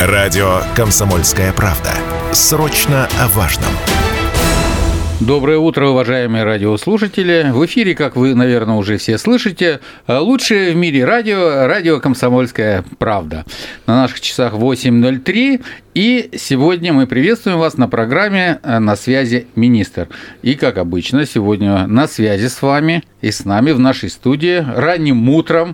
Радио «Комсомольская правда». Срочно о важном. Доброе утро, уважаемые радиослушатели. В эфире, как вы, наверное, уже все слышите, лучшее в мире радио «Комсомольская правда». На наших часах 8:03, и сегодня мы приветствуем вас на программе «На связи министр». И, как обычно, сегодня на связи с вами и с нами в нашей студии ранним утром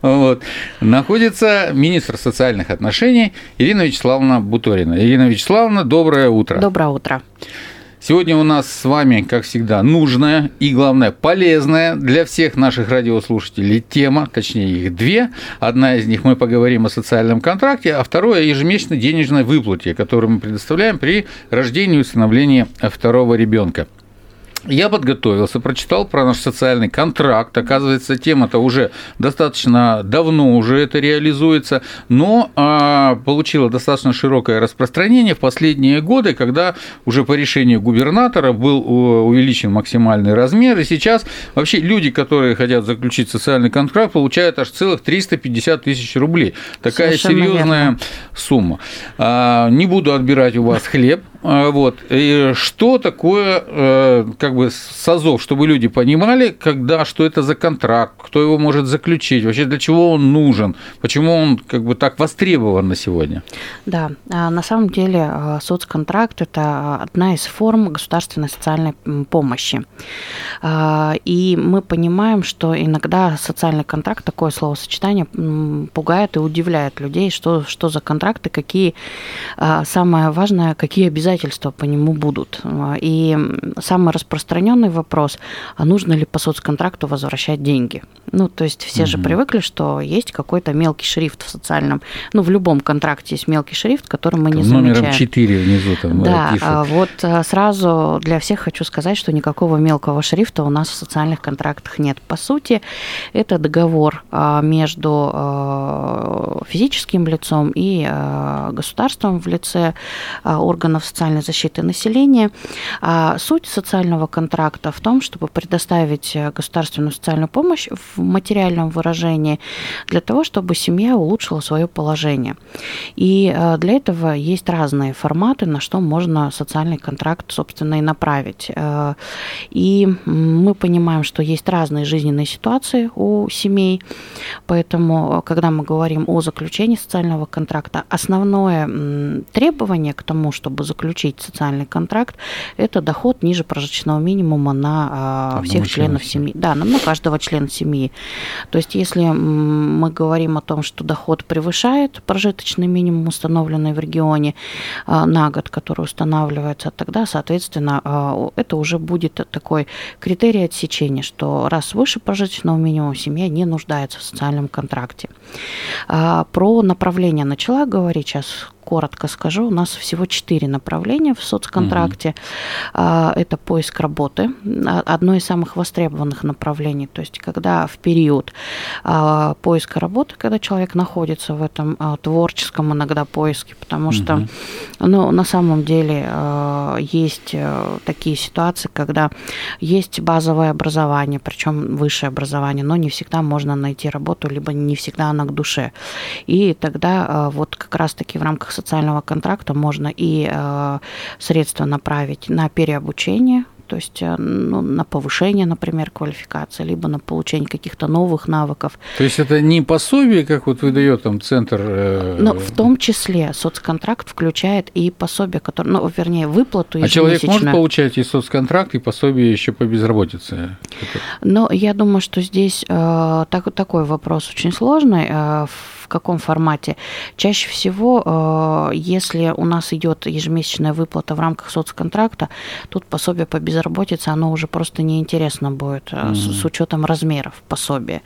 находится министр социальных отношений Ирина Вячеславовна Буторина. Ирина Вячеславовна, доброе утро. Доброе утро. Сегодня у нас с вами, как всегда, нужная и, главное, полезная для всех наших радиослушателей тема, точнее, их две. Одна из них мы поговорим о социальном контракте, а второе – о ежемесячной денежной выплате, которую мы предоставляем при рождении и усыновлении второго ребенка. Я подготовился, прочитал про наш социальный контракт. Оказывается, тема-то уже достаточно давно уже это реализуется, но получила достаточно широкое распространение в последние годы, когда уже по решению губернатора был увеличен максимальный размер, и сейчас вообще люди, которые хотят заключить социальный контракт, получают аж целых 350 тысяч рублей. Такая серьезная сумма. Не буду отбирать у вас хлеб. И что такое как бы СОЗОВ, чтобы люди понимали, что это за контракт, кто его может заключить, вообще для чего он нужен, почему он как бы так востребован на сегодня? Да, на самом деле соцконтракт – это одна из форм государственной социальной помощи. И мы понимаем, что иногда социальный контракт, такое словосочетание, пугает и удивляет людей, что за контракты, какие, самое важное, какие обязательства по нему будут. И самый распространенный вопрос, а нужно ли по соцконтракту возвращать деньги? То есть все же привыкли, что есть какой-то мелкий шрифт в социальном, в любом контракте есть мелкий шрифт, который мы не замечаем. Номером 4 внизу там пишут. Сразу для всех хочу сказать, что никакого мелкого шрифта у нас в социальных контрактах нет. По сути, это договор между физическим лицом и государством в лице органов социальной защиты населения. Суть социального контракта в том, чтобы предоставить государственную социальную помощь в материальном выражении для того, чтобы семья улучшила свое положение. И для этого есть разные форматы, на что можно социальный контракт, собственно, и направить. И мы понимаем, что есть разные жизненные ситуации у семей, поэтому, когда мы говорим о заключении социального контракта, основное требование к тому, чтобы заключить социальный контракт, это доход ниже прожиточного минимума на всех членов семьи. Да, на каждого члена семьи. То есть, если мы говорим о том, что доход превышает прожиточный минимум, установленный в регионе на год, который устанавливается, тогда, соответственно, это уже будет такой критерий отсечения, что раз выше прожиточного минимума семья не нуждается в социальном контракте. Про направление начала говорить, сейчас коротко скажу, у нас всего 4 направления в соцконтракте. Это поиск работы, одно из самых востребованных направлений. То есть, когда в период поиска работы, когда человек находится в этом творческом иногда поиске, потому что на самом деле есть такие ситуации, когда есть базовое образование, причем высшее образование, но не всегда можно найти работу, либо не всегда она к душе. И тогда вот как раз-таки в рамках социального контракта можно и средства направить на переобучение, то есть на повышение, например, квалификации, либо на получение каких-то новых навыков. То есть это не пособие, как вот выдает там центр? Но в том числе соцконтракт включает и пособие, которое, выплату ежемесячную. А человек может получать и соцконтракт, и пособие еще по безработице? Но я думаю, что здесь такой вопрос очень сложный. В каком формате? Чаще всего, если у нас идет ежемесячная выплата в рамках соцконтракта, тут пособие по безработице, оно уже просто неинтересно будет с учетом размеров пособия.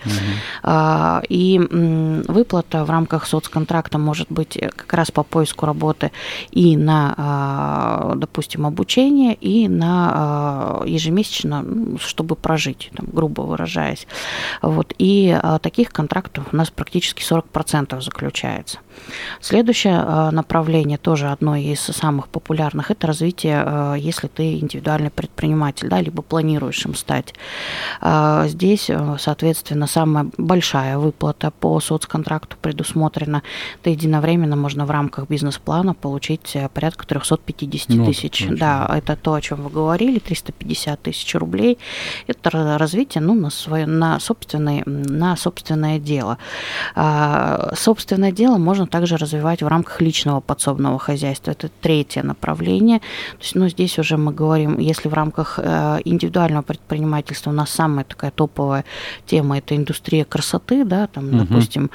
И выплата в рамках соцконтракта может быть как раз по поиску работы и на, допустим, обучение, и на ежемесячно, чтобы прожить, грубо выражаясь. И таких контрактов у нас практически 40% заключается. Следующее направление, тоже одно из самых популярных, это развитие, если ты индивидуальный предприниматель, да, либо планируешь им стать. Здесь, соответственно, самая большая выплата по соцконтракту предусмотрена. Это единовременно можно в рамках бизнес-плана получить порядка 350 тысяч. Да, это то, о чем вы говорили, 350 тысяч рублей. Это развитие на собственное дело. Собственное дело можно также развивать в рамках личного подсобного хозяйства. Это третье направление. То есть, здесь уже мы говорим, если в рамках индивидуального предпринимательства у нас самая такая топовая тема – это индустрия красоты, да, там, допустим,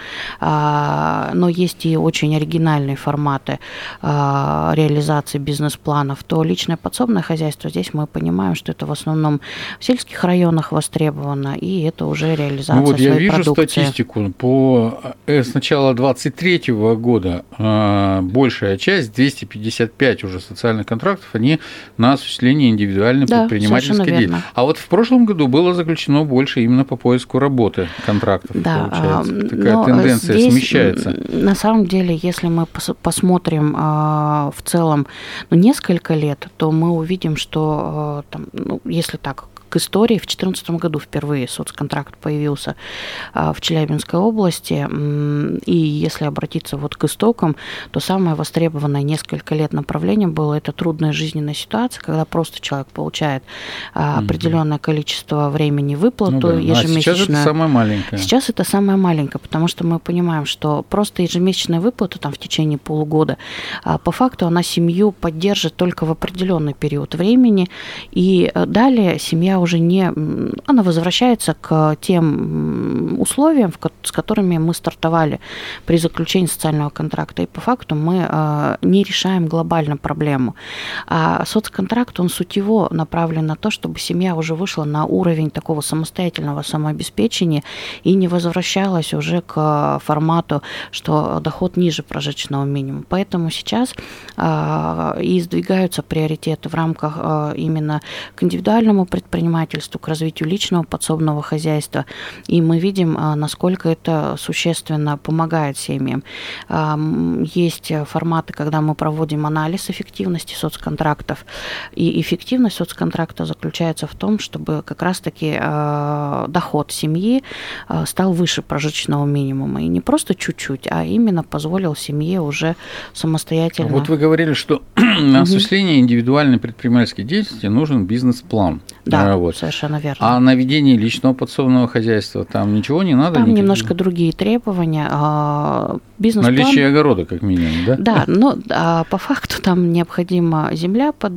но есть и очень оригинальные форматы реализации бизнес-планов, то личное подсобное хозяйство, здесь мы понимаем, что это в основном в сельских районах востребовано, и это уже реализация своей продукции. Я вижу статистику. С начала 2023 года большая часть, 255 уже социальных контрактов, они на осуществление индивидуальной предпринимательской деятельности. А вот в прошлом году было заключено больше именно по поиску работы контрактов, получается. Такая тенденция смещается. На самом деле, если мы посмотрим в целом несколько лет, то мы увидим, что если так, к истории, в 2014 году впервые соцконтракт появился в Челябинской области, и если обратиться к истокам, то самое востребованное несколько лет направление было это трудная жизненная ситуация, когда просто человек получает определенное количество времени выплату ежемесячную. А сейчас это самое маленькое. Сейчас это самое маленькое, потому что мы понимаем, что просто ежемесячная выплата в течение полугода, по факту она семью поддержит только в определенный период времени, и далее семья уже она возвращается к тем условиям, с которыми мы стартовали при заключении социального контракта. И по факту мы не решаем глобально проблему. А соцконтракт, он суть его направлен на то, чтобы семья уже вышла на уровень такого самостоятельного самообеспечения и не возвращалась уже к формату, что доход ниже прожиточного минимума. Поэтому сейчас и сдвигаются приоритеты в рамках именно к индивидуальному предпринимательству, к развитию личного подсобного хозяйства, и мы видим, насколько это существенно помогает семьям. Есть форматы, когда мы проводим анализ эффективности соцконтрактов, и эффективность соцконтракта заключается в том, чтобы как раз-таки доход семьи стал выше прожиточного минимума, и не просто чуть-чуть, а именно позволил семье уже самостоятельно. Вот вы говорили, что на осуществление индивидуальной предпринимательской деятельности нужен бизнес-план. Да, совершенно верно. А на ведение личного подсобного хозяйства там ничего не надо? Там немножко другие требования. Бизнес-план... Наличие огорода, как минимум, да? Да, но по факту там необходима земля под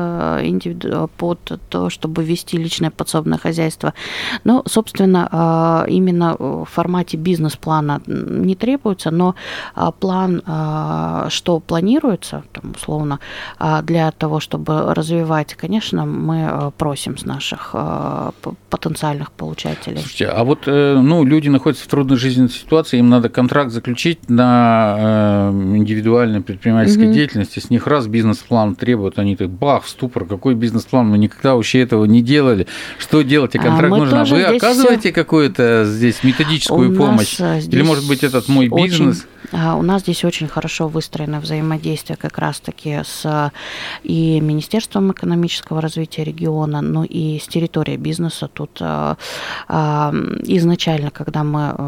то, чтобы вести личное подсобное хозяйство. Но, собственно, именно в формате бизнес-плана не требуется, но план, что планируется, там, условно, для того, чтобы развивать, конечно, мы просим с наших потенциальных получателей. Слушайте, а вот люди находятся в трудной жизненной ситуации, им надо контракт заключить на индивидуальной предпринимательской деятельности, с них раз бизнес-план требуют, они так бах, в ступор, какой бизнес-план, мы никогда вообще этого не делали, что делать, и контракт нужно. Вы оказываете какую-то здесь методическую помощь? Или, может быть, этот мой бизнес? У нас здесь очень хорошо выстроено взаимодействие как раз-таки с и Министерством экономического развития региона, и с территорией бизнеса. Тут изначально, когда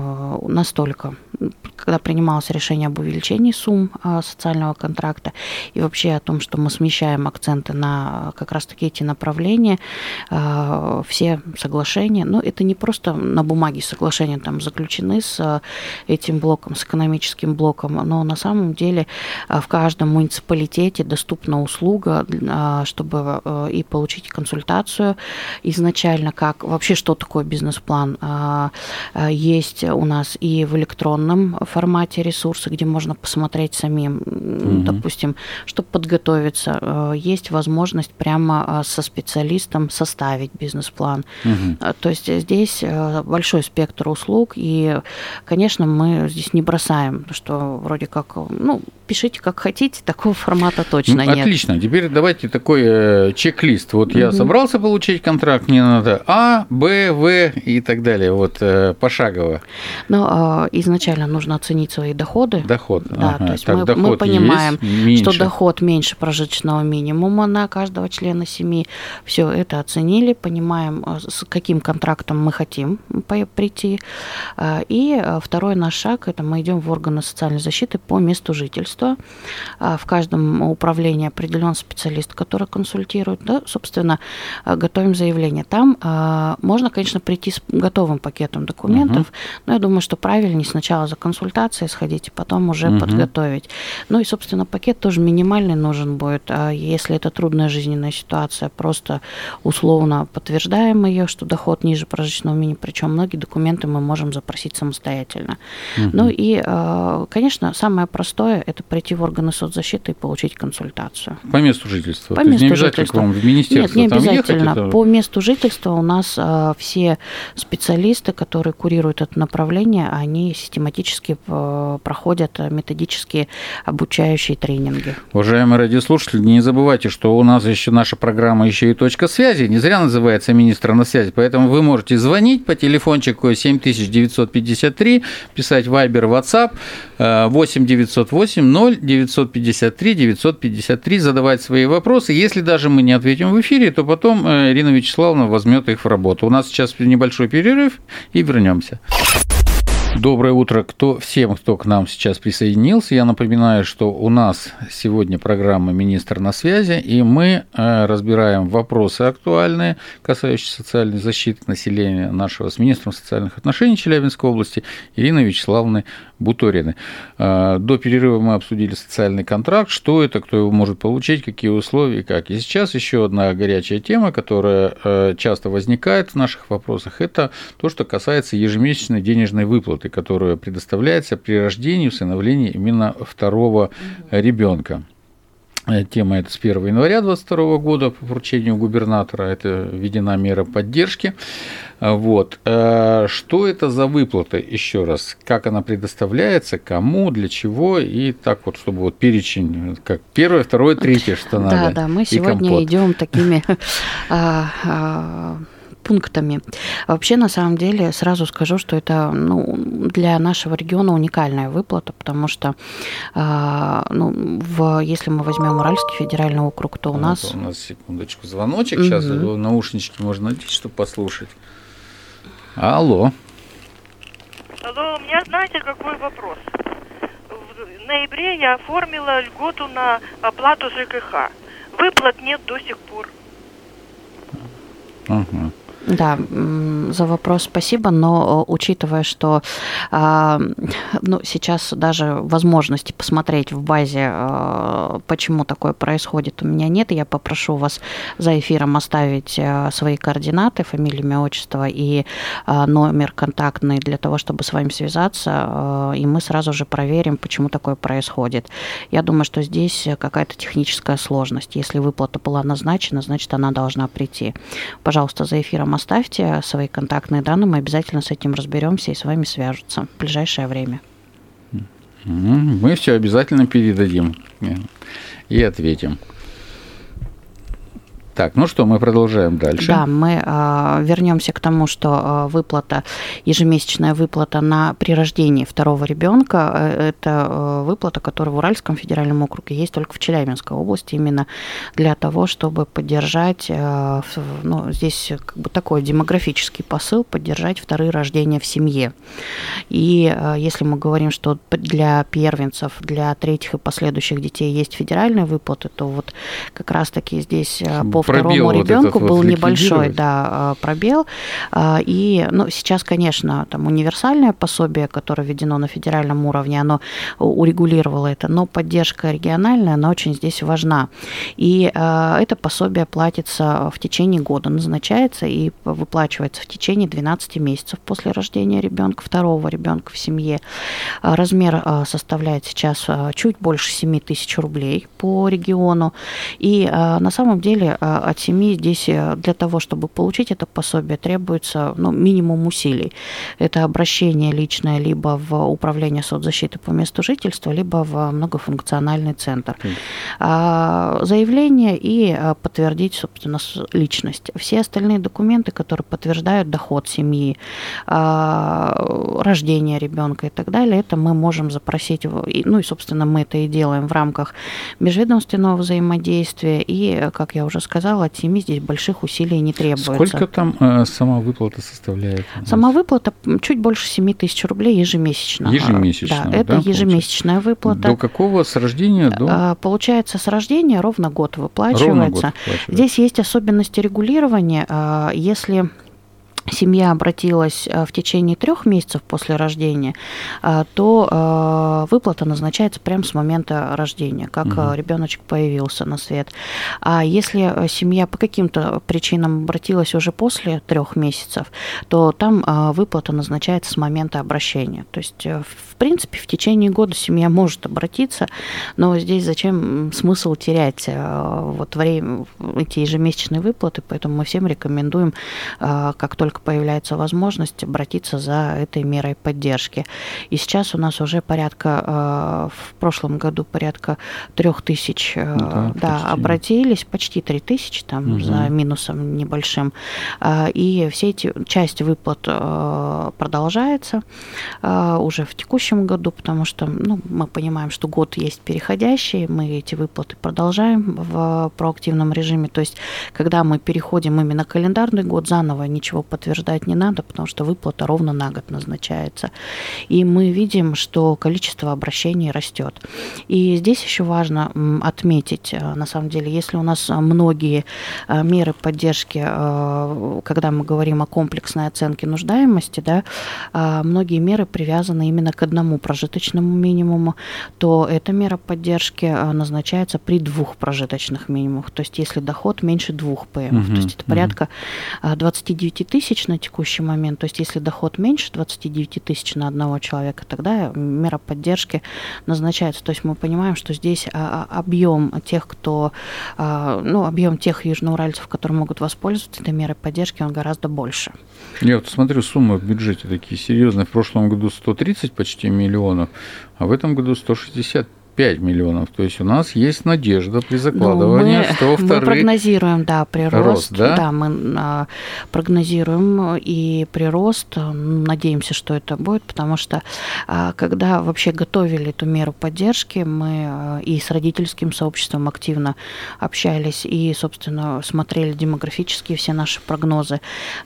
когда принималось решение об увеличении сумм социального контракта и вообще о том, что мы смещаем акценты на как раз-таки эти направления, все соглашения, это не просто на бумаге соглашения там заключены с этим блоком, с экономическим блоком, но на самом деле в каждом муниципалитете доступна услуга, чтобы и получить консультацию изначально, как вообще, что такое бизнес-план. Есть у нас и в электронном формате ресурсы, где можно посмотреть самим, допустим, чтобы подготовиться. Есть возможность прямо со специалистом составить бизнес-план. То есть здесь большой спектр услуг, и, конечно, мы здесь не бросаем, что вроде как, пишите как хотите, такого формата точно нет. Отлично. Теперь давайте такой чек-лист. Вот я собрался получить контракт, мне надо А, Б, В и так далее. Вот пошагово. Но изначально нужно оценить свои доходы. Доход. Да, ага. то есть так, мы понимаем, меньше. что доход меньше прожиточного минимума на каждого члена семьи. Все это оценили, понимаем, с каким контрактом мы хотим прийти. И второй наш шаг – это мы идем в органы социальной защиты по месту жительства. В каждом управлении определен специалист, который консультирует. Да, собственно, готовим заявление. Там можно, конечно, прийти с готовым пакетом документов, но я думаю, что правильнее сначала за консультацией сходить, и потом уже подготовить. Ну и, собственно, пакет тоже минимальный нужен будет. Если это трудная жизненная ситуация, просто условно подтверждаем ее, что доход ниже прожиточного минимума, причем многие документы мы можем запросить самостоятельно. Ну и, конечно, самое простое – это прийти в органы соцзащиты и получить консультацию. По месту жительства? По То месту есть не обязательно жительства. к вам в министерство? Нет, не там обязательно. ехать, это... По месту жительства у нас все специалисты, которые курируют это направление, они систематически проходят методические обучающие тренинги. Уважаемые радиослушатели, не забывайте, что у нас еще наша программа еще и «Точка связи». Не зря называется «Министр на связи». Поэтому вы можете звонить по телефончику 7953, писать Viber, WhatsApp 8 908 0 953 953, задавать свои вопросы. Если даже мы не ответим в эфире, то потом Ирина Вячеславовна возьмет их в работу. У нас сейчас небольшой перерыв и вернемся. Доброе утро всем, кто к нам сейчас присоединился. Я напоминаю, что у нас сегодня программа «Министр на связи», и мы разбираем вопросы актуальные, касающиеся социальной защиты населения нашего с министром социальных отношений Челябинской области Ириной Вячеславовной Буториной. До перерыва мы обсудили социальный контракт, что это, кто его может получить, какие условия и как. И сейчас еще одна горячая тема, которая часто возникает в наших вопросах, это то, что касается ежемесячной денежной выплаты, которая предоставляется при рождении и усыновлении именно второго ребенка. Тема эта с 1 января 2022 года по поручению губернатора, это введена мера поддержки. Вот. Что это за выплата, еще раз, как она предоставляется, кому, для чего, и так вот, чтобы вот перечень, как первое, второе, третье, что надо. Да, мы сегодня идем такими пунктами. Вообще, на самом деле, сразу скажу, что это для нашего региона уникальная выплата, потому что если мы возьмем Уральский федеральный округ, то у нас... У нас, секундочку, звоночек, сейчас наушнички можно надеть, чтобы послушать. Алло. Алло, у меня, знаете, какой вопрос? В ноябре я оформила льготу на оплату ЖКХ. Выплат нет до сих пор. Ага. Да, за вопрос спасибо, но учитывая, что сейчас даже возможности посмотреть в базе, почему такое происходит, у меня нет, я попрошу вас за эфиром оставить свои координаты, фамилию, имя, отчество и номер контактный для того, чтобы с вами связаться, и мы сразу же проверим, почему такое происходит. Я думаю, что здесь какая-то техническая сложность. Если выплата была назначена, значит, она должна прийти. Пожалуйста, за эфиром оставьте свои контактные данные, мы обязательно с этим разберемся и с вами свяжутся в ближайшее время. Мы все обязательно передадим и ответим. Так, ну что, мы продолжаем дальше. Да, мы вернемся к тому, что ежемесячная выплата при рождении второго ребенка, это выплата, которая в Уральском федеральном округе есть только в Челябинской области, именно для того, чтобы поддержать, здесь как бы такой демографический посыл, поддержать вторые рождения в семье. И если мы говорим, что для первенцев, для третьих и последующих детей есть федеральные выплаты, то вот как раз-таки здесь по второму ребенку был небольшой пробел. И сейчас, конечно, там универсальное пособие, которое введено на федеральном уровне, оно урегулировало это, но поддержка региональная, она очень здесь важна. И это пособие платится в течение года, назначается и выплачивается в течение 12 месяцев после рождения ребенка, второго ребенка в семье. Размер составляет сейчас чуть больше 7 тысяч рублей по региону. И на самом деле от семьи здесь для того, чтобы получить это пособие, требуется минимум усилий. Это обращение личное либо в управление соцзащиты по месту жительства, либо в многофункциональный центр. Заявление и подтвердить, собственно, личность. Все остальные документы, которые подтверждают доход семьи, рождение ребенка и так далее, это мы можем запросить, и, собственно, мы это и делаем в рамках межведомственного взаимодействия, и, как я уже сказала, от семьи здесь больших усилий не требуется. Сколько там сама выплата составляет? Сама выплата чуть больше 7 тысяч рублей ежемесячно. Ежемесячно, да? Это ежемесячная выплата. До какого с рождения? Получается, с рождения ровно год выплачивается. Ровно год выплачивается. Здесь есть особенности регулирования. Если семья обратилась в течение 3 месяцев после рождения, то выплата назначается прямо с момента рождения, как ребеночек появился на свет. А если семья по каким-то причинам обратилась уже после 3 месяцев, то там выплата назначается с момента обращения. То есть, в принципе, в течение года семья может обратиться, но здесь зачем смысл терять время, эти ежемесячные выплаты, поэтому мы всем рекомендуем, как только появляется возможность, обратиться за этой мерой поддержки. И сейчас у нас уже в прошлом году порядка 3000 обратились, почти 3000, там за минусом небольшим. И часть выплат продолжается уже в текущем году, потому что мы понимаем, что год есть переходящий, мы эти выплаты продолжаем в проактивном режиме. То есть, когда мы переходим именно календарный год, заново ничего подтверждать не надо, потому что выплата ровно на год назначается. И мы видим, что количество обращений растет. И здесь еще важно отметить, на самом деле, если у нас многие меры поддержки, когда мы говорим о комплексной оценке нуждаемости, многие меры привязаны именно к одному прожиточному минимуму, то эта мера поддержки назначается при 2 прожиточных минимумах. То есть, если доход меньше 2 ПМ. То есть, это порядка 29 тысяч на текущий момент. То есть, если доход меньше 29 тысяч на одного человека, тогда мера поддержки назначается. То есть, мы понимаем, что здесь объем тех, объем тех южноуральцев, которые могут воспользоваться этой мерой поддержки, он гораздо больше. Я вот смотрю, суммы в бюджете такие серьезные. В прошлом году 130 почти миллионов, а в этом году 165 миллионов. То есть у нас есть надежда при закладывании, что мы прогнозируем, прирост. Да, мы прогнозируем и прирост. Надеемся, что это будет, потому что когда вообще готовили эту меру поддержки, мы и с родительским сообществом активно общались, и, собственно, смотрели демографические все наши прогнозы.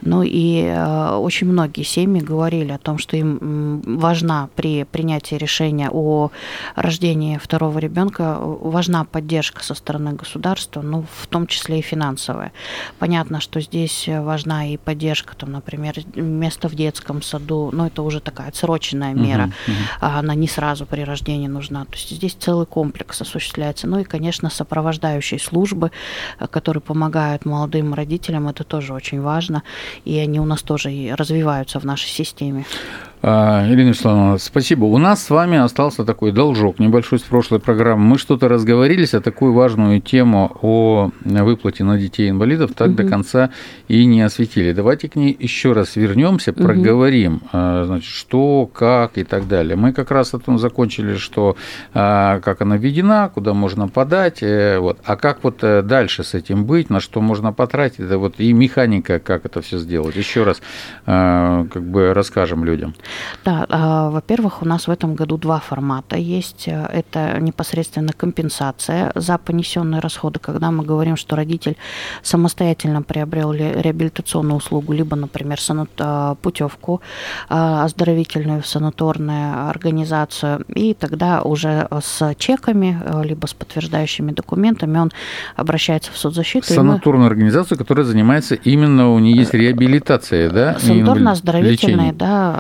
И очень многие семьи говорили о том, что им важна при принятии решения о рождении 2-го ребенка важна поддержка со стороны государства, в том числе и финансовая. Понятно, что здесь важна и поддержка, например, место в детском саду, это уже такая отсроченная мера, она не сразу при рождении нужна. То есть здесь целый комплекс осуществляется. И, конечно, сопровождающие службы, которые помогают молодым родителям, это тоже очень важно, и они у нас тоже и развиваются в нашей системе. Ирина Вячеславовна, спасибо. У нас с вами остался такой должок небольшой с прошлой программы. Мы что-то разговорились, а такую важную тему о выплате на детей-инвалидов так до конца и не осветили. Давайте к ней еще раз вернемся, проговорим, что, как и так далее. Мы как раз о том закончили, что как она введена, куда можно подать, а как дальше с этим быть, на что можно потратить, это и механика, как это все сделать. Еще раз расскажем людям. Да, во-первых, у нас в этом году 2 формата есть. Это непосредственно компенсация за понесенные расходы, когда мы говорим, что родитель самостоятельно приобрел реабилитационную услугу, либо, например, путевку оздоровительную в санаторную организацию, и тогда уже с чеками, либо с подтверждающими документами он обращается в соцзащиту. Санаторную организацию, которая занимается именно, у нее есть реабилитация, да? Санаторно-оздоровительная, да. Не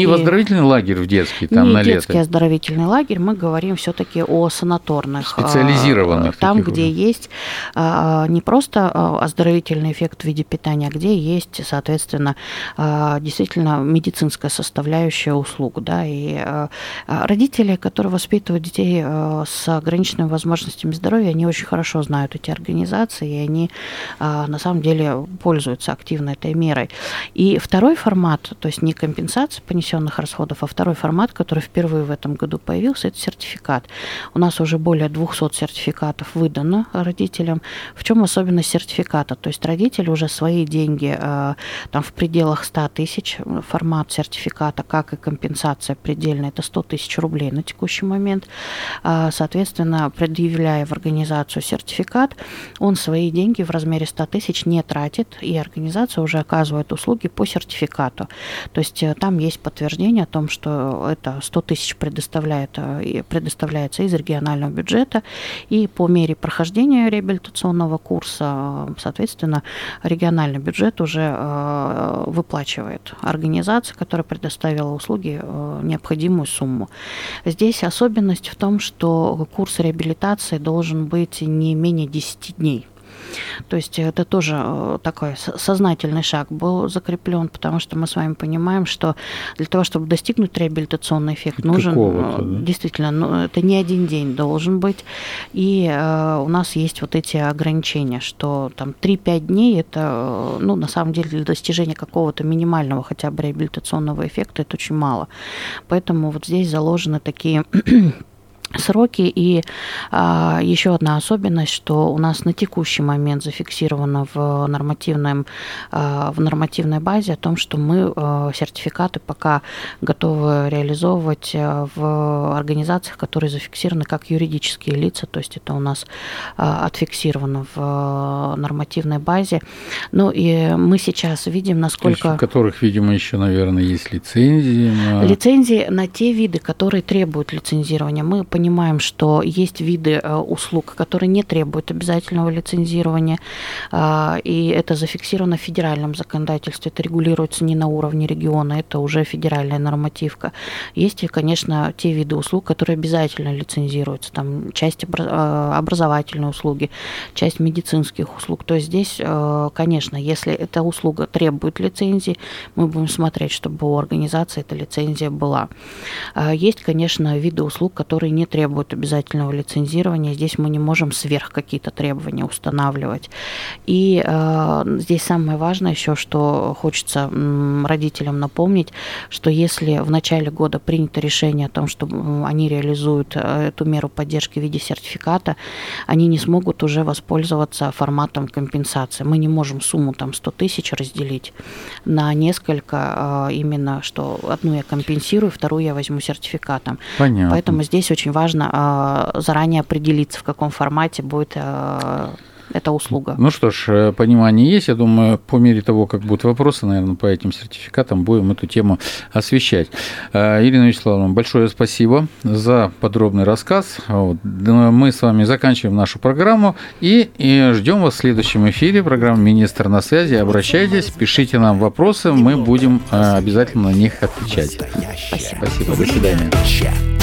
в оздоровительный лагерь в детский, там, на лето? Не детский оздоровительный лагерь, мы говорим все-таки о санаторных. Специализированных. Там, где есть не просто оздоровительный эффект в виде питания, а где есть, соответственно, действительно медицинская составляющая услуг. Да, и родители, которые воспитывают детей с ограниченными возможностями здоровья, они очень хорошо знают эти организации, и они на самом деле пользуются активно этой мерой. И второй формат, то есть не компенсация понесенных расходов, а второй формат, который впервые в этом году появился, это сертификат. У нас уже более 200 сертификатов выдано родителям. В чем особенность сертификата? То есть родители уже свои деньги там в пределах 100 тысяч, формат сертификата, как и компенсация предельная, это 100 тысяч рублей на текущий момент. Соответственно, предъявляя в организацию сертификат, он свои деньги в размере 100 тысяч не тратит, и организация уже оказывает услуги по сертификату. То есть там есть подтверждение о том, что это 100 тысяч предоставляется из регионального бюджета, и по мере прохождения реабилитационного курса, соответственно, региональный бюджет уже выплачивает организации, которая предоставила услуги, необходимую сумму. Здесь особенность в том, что курс реабилитации должен быть не менее 10 дней. То есть это тоже такой сознательный шаг был закреплен, потому что мы с вами понимаем, что для того, чтобы достигнуть реабилитационный эффект, нужен действительно, это не один день должен быть, и у нас есть вот эти ограничения, что там 3-5 дней это, на самом деле для достижения какого-то минимального хотя бы реабилитационного эффекта это очень мало. Поэтому вот здесь заложены такие сроки. И еще одна особенность, что у нас на текущий момент зафиксировано в нормативной базе о том, что мы сертификаты пока готовы реализовывать в организациях, которые зафиксированы как юридические лица, то есть это у нас отфиксировано в нормативной базе. Ну и мы сейчас видим, насколько... У которых, видимо, еще, наверное, есть лицензии. Лицензии на те виды, которые требуют лицензирования. Мы понимаем, что есть виды услуг, которые не требуют обязательного лицензирования, и это зафиксировано в федеральном законодательстве, это регулируется не на уровне региона, это уже федеральная нормативка. Есть, конечно, те виды услуг, которые обязательно лицензируются, там часть образовательной услуги, часть медицинских услуг. То есть здесь, конечно, если эта услуга требует лицензии, мы будем смотреть, чтобы у организации эта лицензия была. Есть, конечно, виды услуг, которые не требуют обязательного лицензирования. Здесь мы не можем сверх какие-то требования устанавливать. И здесь самое важное еще, что хочется родителям напомнить, что если в начале года принято решение о том, что они реализуют эту меру поддержки в виде сертификата, они не смогут уже воспользоваться форматом компенсации. Мы не можем сумму там 100 тысяч разделить на несколько, именно что одну я компенсирую, вторую я возьму сертификатом. Понятно. Поэтому здесь очень важно заранее определиться, в каком формате будет эта услуга. Ну что ж, понимание есть. Я думаю, по мере того, как будут вопросы, наверное, по этим сертификатам, будем эту тему освещать. Ирина Вячеславовна, большое спасибо за подробный рассказ. Мы с вами заканчиваем нашу программу и ждем вас в следующем эфире. Программа «Министр на связи». Обращайтесь, пишите нам вопросы, мы будем обязательно на них отвечать. Спасибо. Спасибо. До свидания.